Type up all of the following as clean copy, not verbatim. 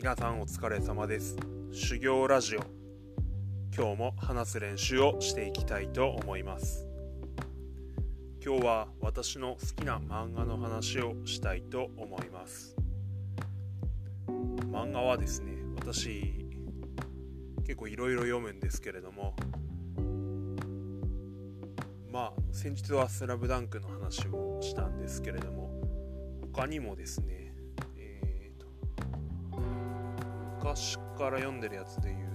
皆さんお疲れ様です。修行ラジオ、今日も話す練習をしていきたいと思います。今日は私の好きな漫画の話をしたいと思います。漫画はですね、私結構いろいろ読むんですけれども、先日はスラムダンクの話をしたんですけれども、他にもですね、昔から読んでるやつで言う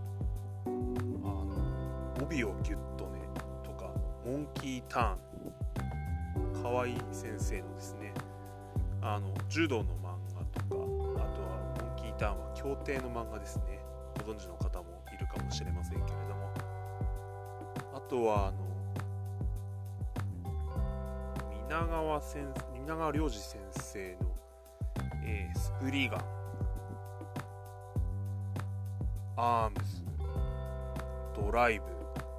と帯をギュッとねとか、モンキーターン、河合先生のですね、柔道の漫画とか、あとはモンキーターンは競艇の漫画ですね。ご存知の方もいるかもしれませんけれども、あとは皆川良二先生の、スプリガン、アームズ、ドライブ、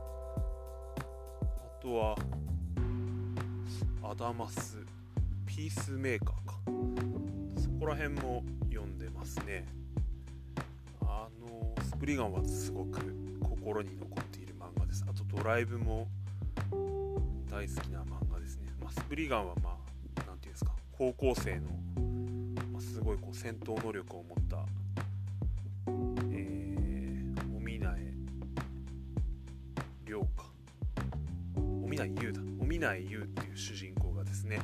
あとはアダマス、ピースメーカーか、そこら辺も読んでますね。スプリガンはすごく心に残っている漫画です。あとドライブも大好きな漫画ですね。スプリガンはなんていうんですか、高校生の、すごい戦闘能力を持った尾内優っていう主人公がですね、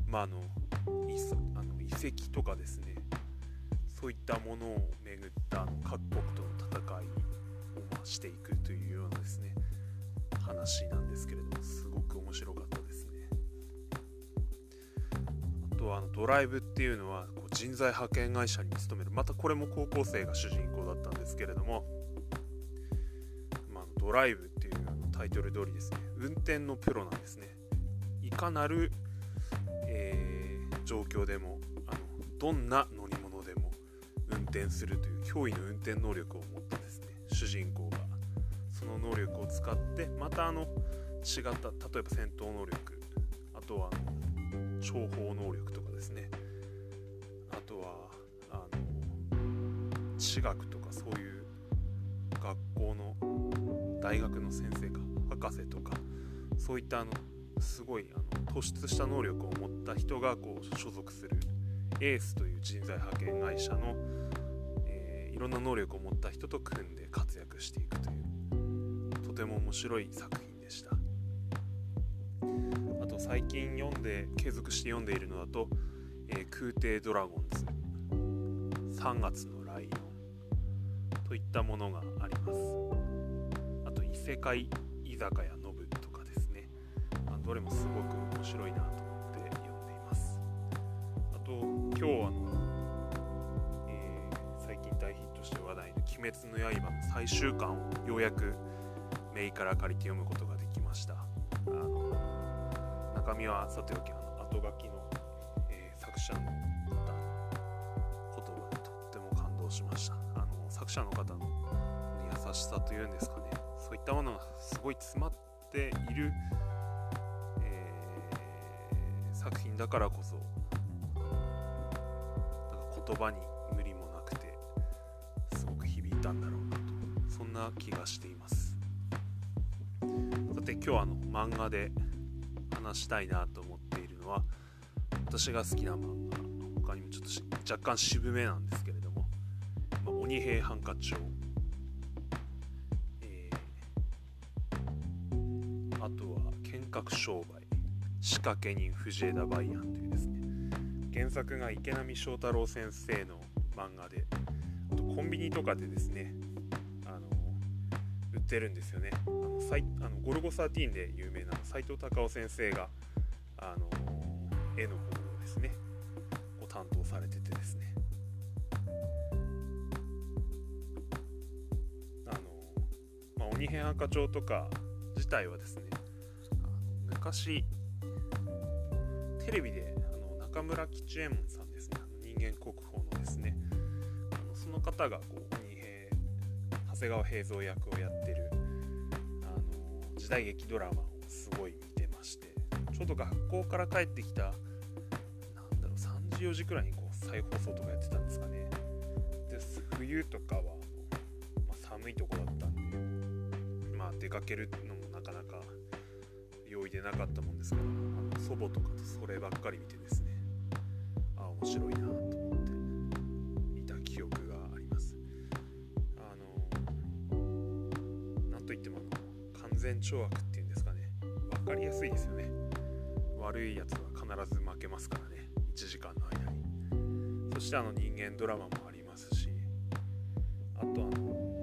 遺跡とかですね、そういったものをめぐった各国との戦いをしていくというようなですね話なんですけれども、すごく面白かったですね。あとはドライブっていうのは人材派遣会社に勤める、またこれも高校生が主人公だったんですけれども、ドライブっていうタイトル通りですね、運転のプロなんですね。いかなる、状況でもどんな乗り物でも運転するという驚異の運転能力を持ったですね主人公が、その能力を使ってまた違った、例えば戦闘能力、あとは諜報能力とかですね、あとは地学とか、そういう学校の大学の先生か博士とか、そういったすごい突出した能力を持った人が所属するエースという人材派遣会社の、いろんな能力を持った人と組んで活躍していくという、とても面白い作品でした。あと最近継続して読んでいるのだと、空挺ドラゴンズ、3月のライオンといったものがあります。あと異世界居酒屋ノブとかですね、どれもすごく面白いなと思って読んでいます。あと今日最近大ヒットして話題の鬼滅の刃の最終巻をようやくメイから借りて読むことができました。中身はさておき、後書きの、作者の方の言葉でとっても感動しました。作者の方の優しさというんですかね、そういったものがすごい詰まっている、作品だからこそ、言葉に無理もなくてすごく響いたんだろうなと、そんな気がしています。さて今日は漫画で話したいなと思っているのは、私が好きな漫画、他にもちょっと若干渋めなんですけれども、鬼平犯科帳、あとは剣客商売、仕掛け人藤枝梅安というですね、原作が池波正太郎先生の漫画で、あとコンビニとかでですね売ってるんですよね。ゴルゴ13で有名な斎藤隆夫先生が絵の方をですね担当されててですね、鬼平犯科帳とか自体はですね、昔テレビで中村吉右衛門さんですね、人間国宝のですね、その方が鬼平長谷川平蔵役をやってる時代劇ドラマをすごい見てまして、ちょうど学校から帰ってきた3時4時くらいに再放送とかやってたんですかね。 で冬とかは、寒いとこだったんで、出かけるのもなかなか容易でなかったもんですから、祖母とかとそればっかり見てですね、面白いなと思っていた記憶があります。なんといっても完全懲悪っていうんですかね、分かりやすいですよね。悪いやつは必ず負けますからね、1時間の間に。そして人間ドラマもありますし、あとなん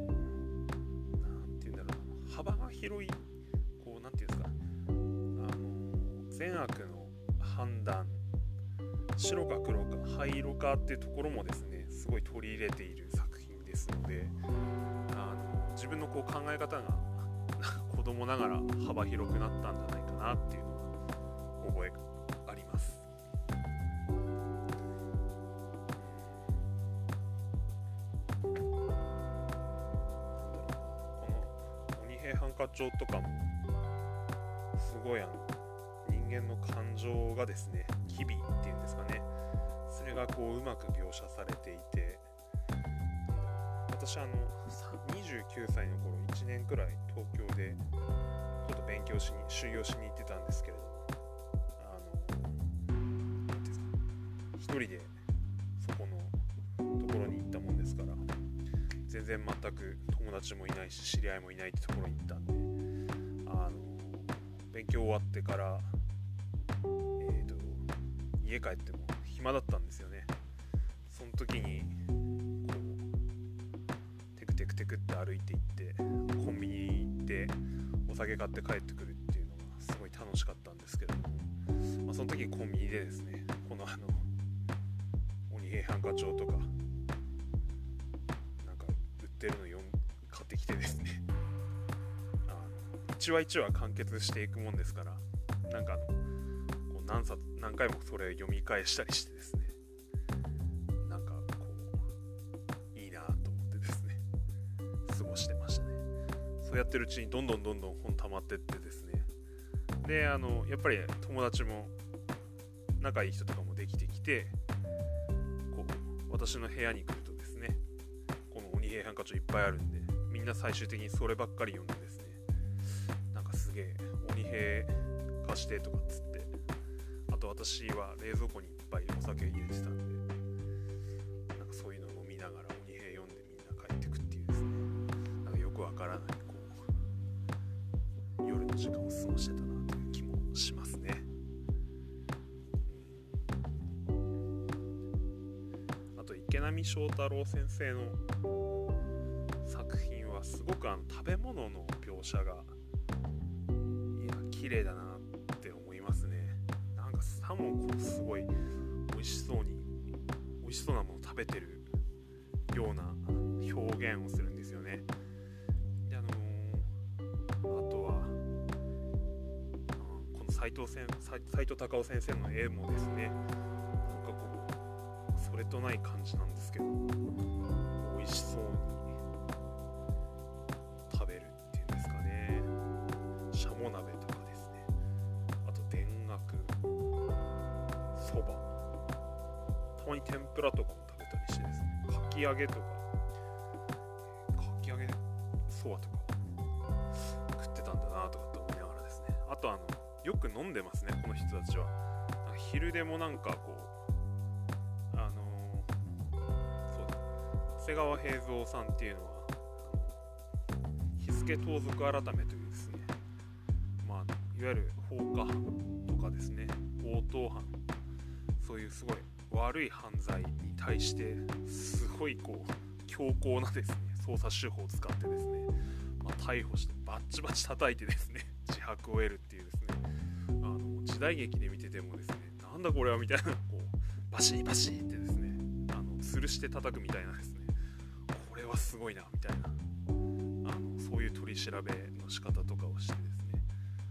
ていうんだろう、幅が広い、なんていうんですか、善悪の判断、白か黒か灰色かっていうところもですね、すごい取り入れている作品ですので、自分の考え方が子供ながら幅広くなったんじゃないかなっていうのは覚えがあります。この鬼平犯科帳とかもすごい人間の感情がですね、機微っていうんですかね、それがうまく描写されていて、私29歳の頃1年くらい東京でちょっと勉強しに修行しに行ってたんですけれども、なんていうんですか、一人でそこのところに行ったもんですから、全然全く友達もいないし知り合いもいないってところに行ったんで、勉強終わってから家帰っても暇だったんですよね。その時にテクテクテクって歩いて行ってコンビニ行ってお酒買って帰ってくるっていうのがすごい楽しかったんですけども、その時コンビニでですね、この鬼平犯科帳とかなんか売ってるの買ってきてですね、一話一話完結していくもんですから、なんか何回もそれ読み返したりしてですね、なんかいいなと思ってですね過ごしてましたね。そうやってるうちにどんどん本溜まってってですね、でやっぱり友達も仲いい人とかもできてきて、私の部屋に来るとですね、この鬼平犯科帳いっぱいあるんで、みんな最終的にそればっかり読んでですね、なんかすげえ鬼平貸してとかっつって、あと私は冷蔵庫にいっぱいお酒入れてたんで、なんかそういうのを飲みながら鬼平読んでみんな帰ってくっていうですね、なんかよくわからない夜の時間を過ごしてたなという気もしますね。あと池波正太郎先生の作品はすごく食べ物の描写が綺麗だなって思いますね。なんかさもすごい美味しそうなものを食べてるような表現をするんですよね。であとはこの斉藤隆夫先生の絵もですね、なんかそれとない感じなんですけど、美味しそうに食べるっていうんですかね。シャモ鍋とかですね、あと田楽、そば、たまに天ぷらとかも食べたりしてですね、かき揚げそばとか食ってたんだなとかって思いながらですね、あとよく飲んでますね、この人たちは。昼でもなんか長谷川平蔵さんっていうのは日付盗賊改めというですね、いわゆる放火とかですね、強盗犯、そういうすごい悪い犯罪に対してすごい強硬なですね捜査手法を使ってですね、逮捕してバッチバチ叩いてですね自白を得るっていうですね、時代劇で見ててもですね、なんだこれはみたいな、バシーバシーってですね、吊るして叩くみたいなですね、これはすごいなみたいな、そういう取り調べの仕方とかをしてですね、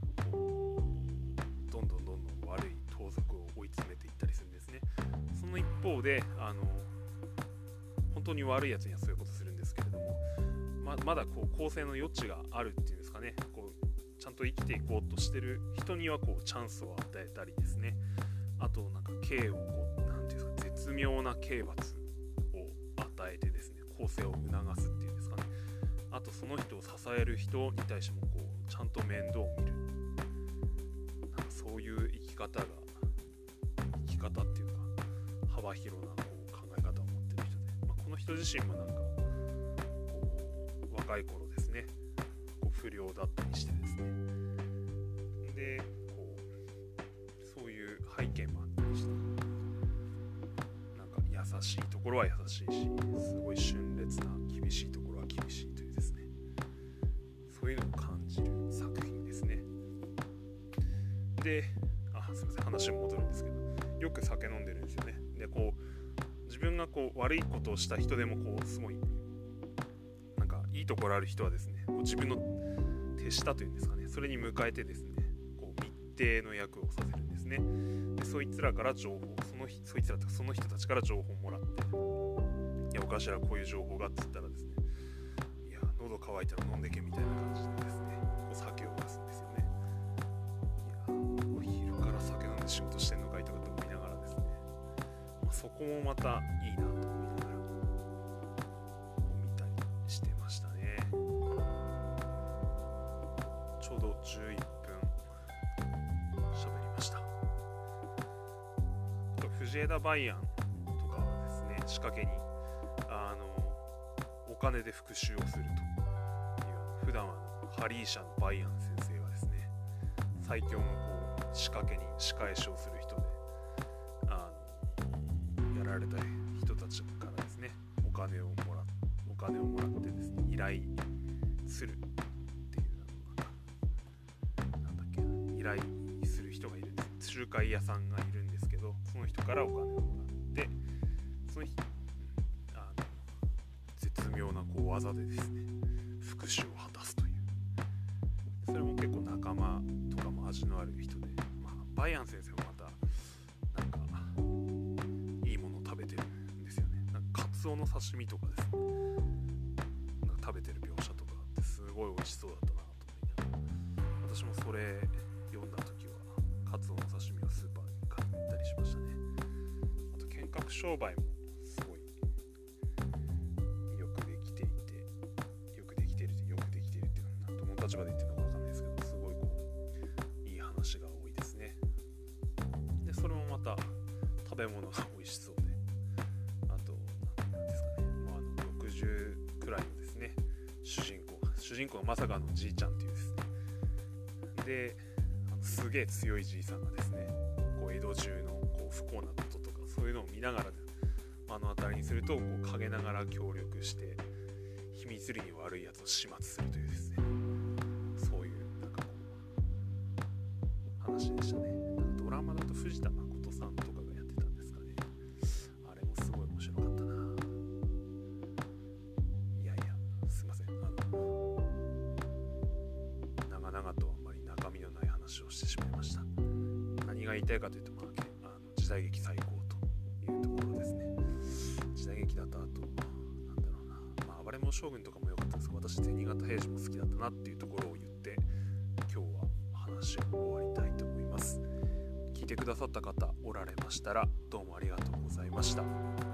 どんどん悪い盗賊を追い詰めていったりするんですね。その一方で本当に悪いやつにはそういうことするんですけれども、まだ更生の余地があるっていうんですかね、ちゃんと生きていこうとしてる人にはチャンスを与えたりですね、あとなんか刑をなんていうんですか、絶妙な刑罰を与えてですね、更生を促すっていうんですかね。あとその人を支える人に対してもこうちゃんと面倒を見る、なんかそういう生き方っていうか幅広なこう考え方を持ってる人で、この人自身もなんかこう若い頃ですね、こう不良だったりしてですね、でこうそういう背景もあったりして、なんか優しいところは優しいし、すごい峻烈な厳しいところは厳しいというですね、そういうのを感じる作品ですね。で、すいません、話も戻るんですけど、よく酒飲んでるんですよね。でこう自分がこう悪いことをした人でもこうすごいなんかいいところある人はですね、こう自分の手下というんですかね、それに迎えてですね、こう密偵の役をさせるんですね。でそいつらから情報、そいつらとかその人たちから情報をもらって、いやお頭こういう情報がって言ったらですね、いや喉乾いたら飲んでけみたいな感じでですね、こう酒を出すんですよね。いやお昼から酒飲んで仕事してんのかいとかって思いながらですね、そこもまたいいなと思いながら見たりしてましたね。ちょうど11分喋りました。藤枝梅安とかはですね、仕掛けにお金で復讐をするという、普段はハリー社の梅安先生がですね、最強のこう仕掛けに仕返しをする人で、やられた人たちからですね、お金をもらってですね、依頼するっていうなんだっけな、依頼する人がいるんです。仲介屋さんがいるんですけど、その人からお金をもらって、その絶妙なこう技でですね、復讐を果たすという、それも結構仲間とかも味のある人で、バイアン先生もまたなんかいいものを食べてるんですよね。なんかカツオの刺身とかですね、なんか食べてる描写とかってすごい美味しそうだったなと思いながら、私もそれ読んだ時はカツオの刺身をスーパーに買ったりしましたね。あと剣客商売もすごいよくできているっていうのはどの立場で言ってるのか分かんないですけど、すごいこういい話が多いですね。でそれもまた食べ物が美味しそうで、あと何ですかね、60くらいのですね、主人公がまさかのじいちゃんっていうですね、ですげえ強いじいさんがですね、こう江戸中のこう不幸なこととかそういうのを見ながら目の当たりにすると、こう陰ながら協力して秘密裏に悪いやつを始末するというですね、そういうなんかこう話でしたね。ドラマだと藤田誠さんとかがやってたんですかね。あれもすごい面白かったな。いやすいません、長々とあんまり中身のない話をしてしまいました。何が言いたいかというと、時代劇最高というところですね。時代劇だと、あとなんだろうな、暴れん坊将軍とかも良かったですが、私銭形平次も好きだったなっていうところを言って、今日は話を終わりたいと思います。聞いてくださった方おられましたらどうもありがとうございました。